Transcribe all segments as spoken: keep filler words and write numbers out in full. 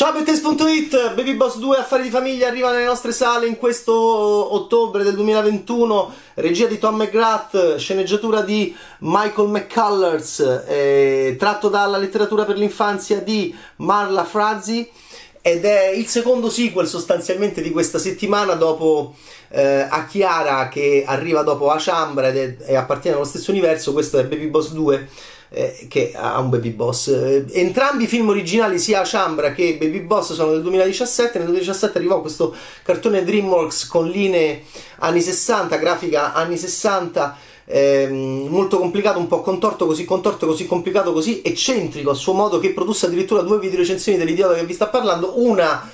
Ciao Bettes punto it, Baby Boss due Affari di famiglia arriva nelle nostre sale in questo ottobre del duemilaventuno, regia di Tom McGrath, sceneggiatura di Michael McCullers, eh, tratto dalla letteratura per l'infanzia di Marla Frazzi, ed è il secondo sequel sostanzialmente di questa settimana dopo eh, Akiara, che arriva dopo Ashambra ed è, e appartiene allo stesso universo. Questo è Baby Boss due, eh, che ha un Baby Boss. Eh, entrambi i film originali, sia Ashambra che Baby Boss, sono del duemiladiciassette. Nel duemiladiciassette arrivò questo cartone DreamWorks con linee anni sessanta, grafica anni sessanta, eh, molto complicato, un po' contorto, così contorto, così complicato, così eccentrico a suo modo, che produsse addirittura due videorecensioni dell'idiota che vi sta parlando, una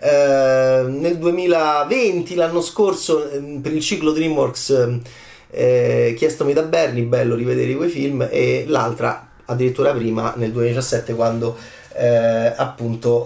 eh, nel duemilaventi, l'anno scorso, eh, per il ciclo DreamWorks eh, Chiestomi da Bernie, bello rivedere quei film, e l'altra addirittura prima, nel duemiladiciassette, quando eh, appunto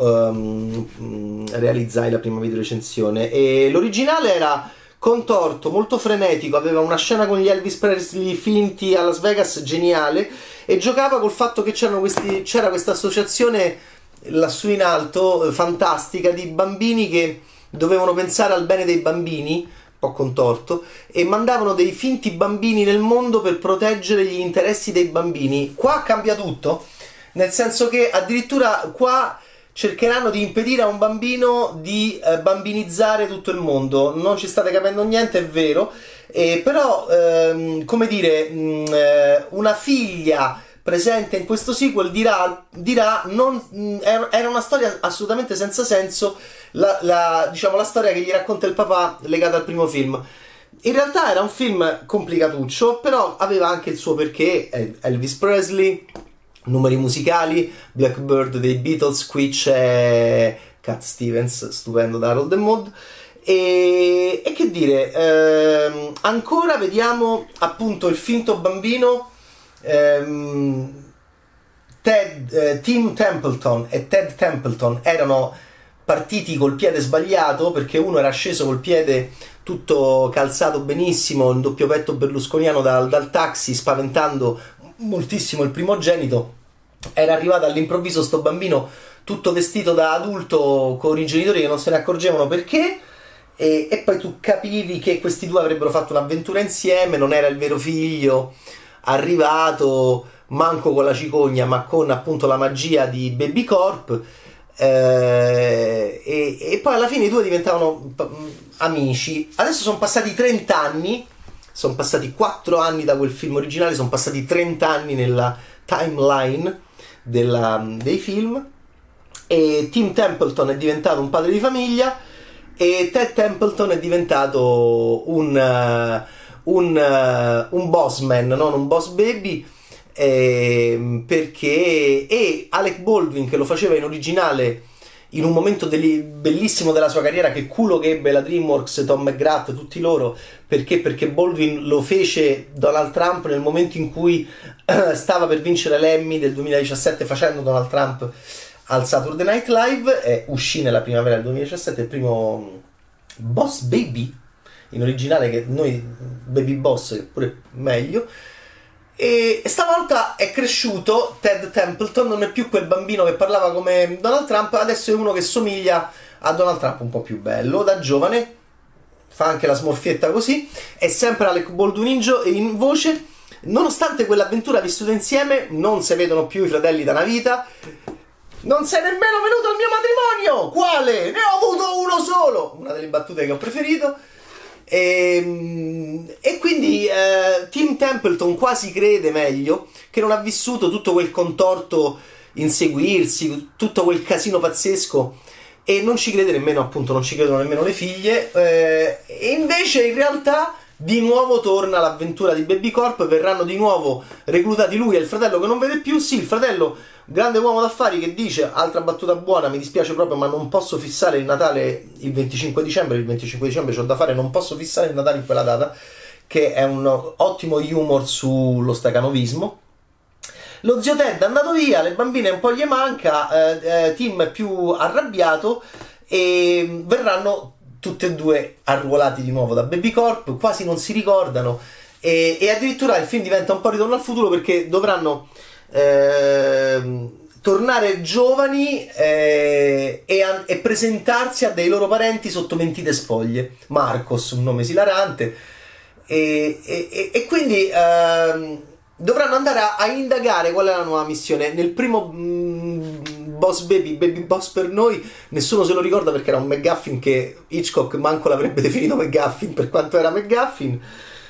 um, realizzai la prima videorecensione. E l'originale era contorto, molto frenetico, aveva una scena con gli Elvis Presley finti a Las Vegas geniale, e giocava col fatto che c'erano questi, c'era questa associazione lassù in alto fantastica di bambini che dovevano pensare al bene dei bambini, un po' contorto, e mandavano dei finti bambini nel mondo per proteggere gli interessi dei bambini. Qua cambia tutto, nel senso che addirittura qua cercheranno di impedire a un bambino di eh, bambinizzare tutto il mondo. Non ci state capendo niente, è vero, eh, però ehm, come dire, mh, eh, una figlia presente in questo sequel dirà, dirà non, mh, era una storia assolutamente senza senso, la, la, diciamo, la storia che gli racconta il papà legata al primo film. In realtà era un film complicatuccio, però aveva anche il suo perché. Elvis Presley, numeri musicali, Blackbird dei Beatles, qui c'è Cat Stevens, stupendo, da Harold and Maude, e, e che dire, ehm, ancora vediamo appunto il finto bambino, ehm, Ted, eh, Tim Templeton e Ted Templeton erano partiti col piede sbagliato, perché uno era sceso col piede tutto calzato benissimo, il doppio petto berlusconiano dal, dal taxi, spaventando moltissimo il primogenito. Era arrivato all'improvviso sto bambino tutto vestito da adulto, con i genitori che non se ne accorgevano perché, e, e poi tu capivi che questi due avrebbero fatto un'avventura insieme. Non era il vero figlio arrivato manco con la cicogna, ma con appunto la magia di Baby Corp, eh, e, e poi alla fine i due diventavano amici. Adesso sono passati trenta anni, sono passati quattro anni da quel film originale, sono passati trenta anni nella timeline della, dei film, e Tim Templeton è diventato un padre di famiglia e Ted Templeton è diventato un, uh, un, uh, un boss man, non un boss baby, eh, perché e Alec Baldwin, che lo faceva in originale in un momento deli- bellissimo della sua carriera, che culo che ebbe la DreamWorks, Tom McGrath, tutti loro, perché perché Baldwin lo fece Donald Trump nel momento in cui eh, stava per vincere l'Emmy del duemiladiciassette facendo Donald Trump al Saturday Night Live, e uscì nella primavera del duemiladiciassette il primo Boss Baby in originale, che noi Baby Boss, che pure meglio. E stavolta è cresciuto Ted Templeton, non è più quel bambino che parlava come Donald Trump, adesso è uno che somiglia a Donald Trump, un po' più bello da giovane, fa anche la smorfietta così, è sempre Alec Baldwin in, gio- in voce. Nonostante quell'avventura vissuta insieme, non si vedono più i fratelli da una vita. Non sei nemmeno venuto al mio matrimonio! Quale? Ne ho avuto uno solo! Una delle battute che ho preferito. E, e quindi eh, Tim Templeton quasi crede, meglio, che non ha vissuto tutto quel contorto inseguirsi, tutto quel casino pazzesco, e non ci crede nemmeno, appunto, non ci credono nemmeno le figlie, eh, e invece in realtà di nuovo torna l'avventura di Baby Corp, verranno di nuovo reclutati lui e il fratello che non vede più. Sì, il fratello, grande uomo d'affari, che dice, altra battuta buona, mi dispiace proprio ma non posso fissare il Natale il venticinque dicembre, il venticinque dicembre c'ho da fare, non posso fissare il Natale in quella data, che è un ottimo humor sullo stacanovismo. Lo zio Ted è andato via, le bambine un po' gli manca, eh, eh, Tim è più arrabbiato, e verranno tutti e due arruolati di nuovo da Baby Corp, quasi non si ricordano, e, e addirittura il film diventa un po' Ritorno al futuro, perché dovranno eh, tornare giovani eh, e, a, e presentarsi a dei loro parenti sotto mentite spoglie. Marcos, un nome esilarante, e, e, e quindi eh, dovranno andare a, a indagare qual è la nuova missione. Nel primo mh, Boss Baby, Baby Boss per noi, nessuno se lo ricorda perché era un McGuffin che Hitchcock manco l'avrebbe definito McGuffin per quanto era McGuffin.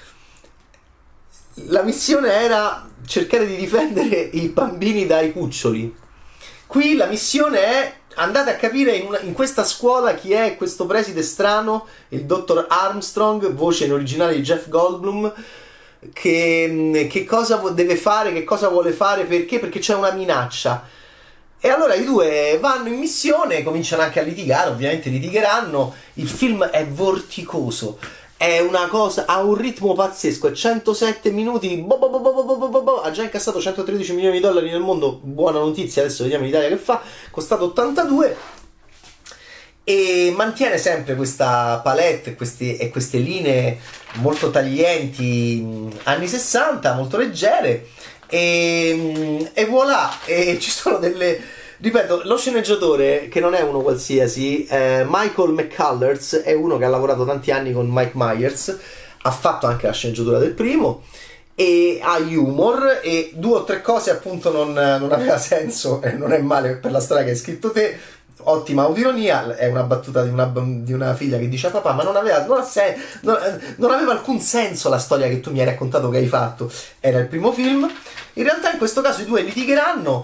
La missione era cercare di difendere i bambini dai cuccioli. Qui la missione è: andate a capire in, una, in questa scuola chi è questo preside strano, il dottor Armstrong, voce in originale di Jeff Goldblum, che, che cosa deve fare, che cosa vuole fare, perché? Perché c'è una minaccia. E allora i due vanno in missione, cominciano anche a litigare, ovviamente litigheranno. Il film è vorticoso. È una cosa, ha un ritmo pazzesco, è centosette minuti, bo bo bo bo bo bo bo bo, ha già incassato centotredici milioni di dollari nel mondo, buona notizia, adesso vediamo in Italia che fa, costato ottantadue, e mantiene sempre questa palette questi, e queste linee molto taglienti, anni sessanta, molto leggere, e, e voilà, e ci sono delle... Ripeto, lo sceneggiatore, che non è uno qualsiasi, eh, Michael McCullers, è uno che ha lavorato tanti anni con Mike Myers, ha fatto anche la sceneggiatura del primo, e ha humor, e due o tre cose appunto non, non aveva senso, e non è male per la storia che hai scritto te, ottima autoironia, è una battuta di una, di una figlia che dice a papà, ma non aveva, non, ha sen- non, non aveva alcun senso la storia che tu mi hai raccontato che hai fatto, era il primo film. In realtà in questo caso i due litigheranno,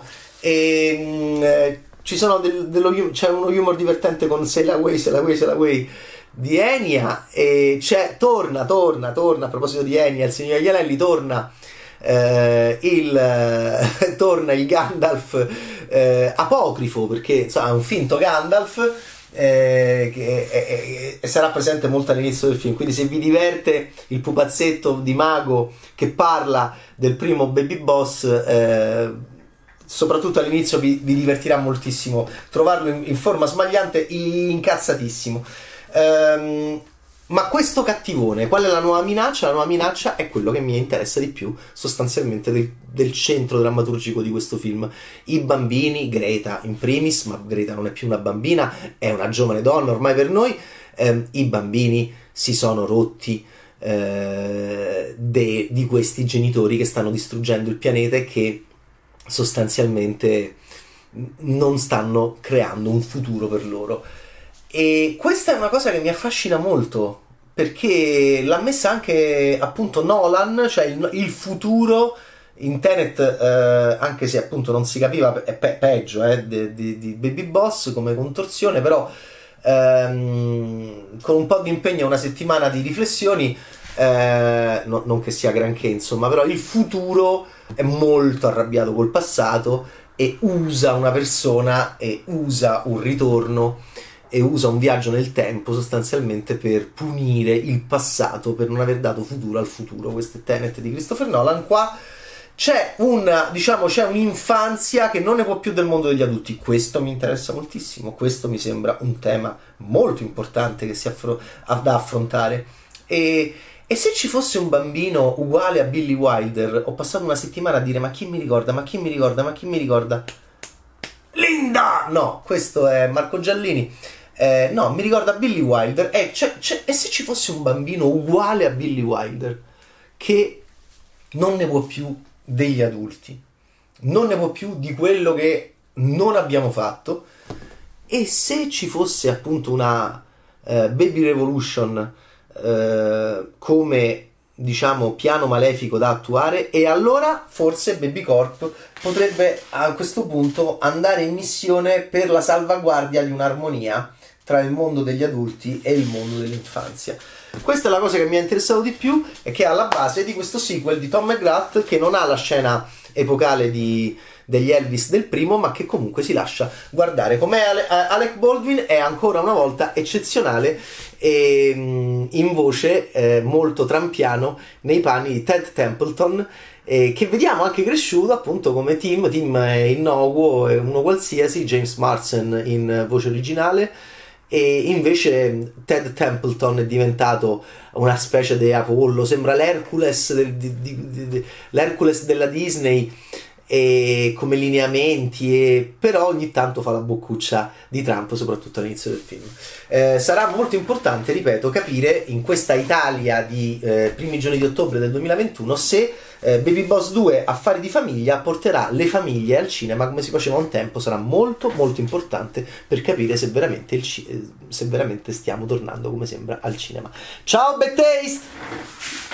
e eh, ci sono del, dello, c'è uno humor divertente con Sail Away, Sail Away, Sail Away di Enya, e c'è, torna, torna, torna, a proposito di Enya, il Signore degli Anelli, torna eh, il eh, torna il Gandalf eh, apocrifo, perché insomma, è un finto Gandalf eh, che è, è, è, sarà presente molto all'inizio del film, quindi se vi diverte il pupazzetto di mago che parla del primo Baby Boss, eh, soprattutto all'inizio vi, vi divertirà moltissimo trovarlo in, in forma smagliante, incazzatissimo. Um, ma questo cattivone, qual è la nuova minaccia? La nuova minaccia è quello che mi interessa di più sostanzialmente del, del centro drammaturgico di questo film: i bambini, Greta in primis, ma Greta non è più una bambina, è una giovane donna ormai per noi. Um, i bambini si sono rotti uh, de, di questi genitori che stanno distruggendo il pianeta e che sostanzialmente non stanno creando un futuro per loro. E questa è una cosa che mi affascina molto, perché l'ha messa anche appunto Nolan, cioè il, il futuro in Tenet, eh, anche se appunto non si capiva, è pe- peggio eh, di, di, di Baby Boss come contorsione, però ehm, con un po' di impegno e una settimana di riflessioni, eh, no, non che sia granché insomma, però il futuro è molto arrabbiato col passato e usa una persona e usa un ritorno e usa un viaggio nel tempo sostanzialmente per punire il passato per non aver dato futuro al futuro. Questo è Tenet di Christopher Nolan. Qua c'è una, diciamo, c'è un'infanzia che non ne può più del mondo degli adulti. Questo mi interessa moltissimo, questo mi sembra un tema molto importante che si affro- da affrontare. E E se ci fosse un bambino uguale a Billy Wilder, ho passato una settimana a dire ma chi mi ricorda, ma chi mi ricorda, ma chi mi ricorda? Linda! No, questo è Marco Giallini. Eh, no, mi ricorda Billy Wilder. Eh, c'è, c'è, e se ci fosse un bambino uguale a Billy Wilder, che non ne può più degli adulti, non ne può più di quello che non abbiamo fatto, e se ci fosse appunto una uh, Baby Revolution Uh, come diciamo piano malefico da attuare, e allora forse Baby Corp potrebbe a questo punto andare in missione per la salvaguardia di un'armonia tra il mondo degli adulti e il mondo dell'infanzia. Questa è la cosa che mi ha interessato di più e che è alla base di questo sequel di Tom McGrath, che non ha la scena epocale di degli Elvis del primo, ma che comunque si lascia guardare. Come Ale- Alec Baldwin è ancora una volta eccezionale, e in voce eh, molto trampiano nei panni di Ted Templeton, eh, che vediamo anche cresciuto appunto come Tim. Tim è innocuo, è uno qualsiasi, James Marsden in voce originale, e invece Ted Templeton è diventato una specie di Apollo, sembra l'Hercules, del, di, di, di, l'Hercules della Disney, e come lineamenti, e però ogni tanto fa la boccuccia di Trump, soprattutto all'inizio del film. Eh, sarà molto importante, ripeto, capire in questa Italia di eh, primi giorni di ottobre del duemilaventuno se eh, Baby Boss due Affari di famiglia porterà le famiglie al cinema come si faceva un tempo. Sarà molto molto importante per capire se veramente, il ci- se veramente stiamo tornando, come sembra, al cinema. Ciao Bad Taste!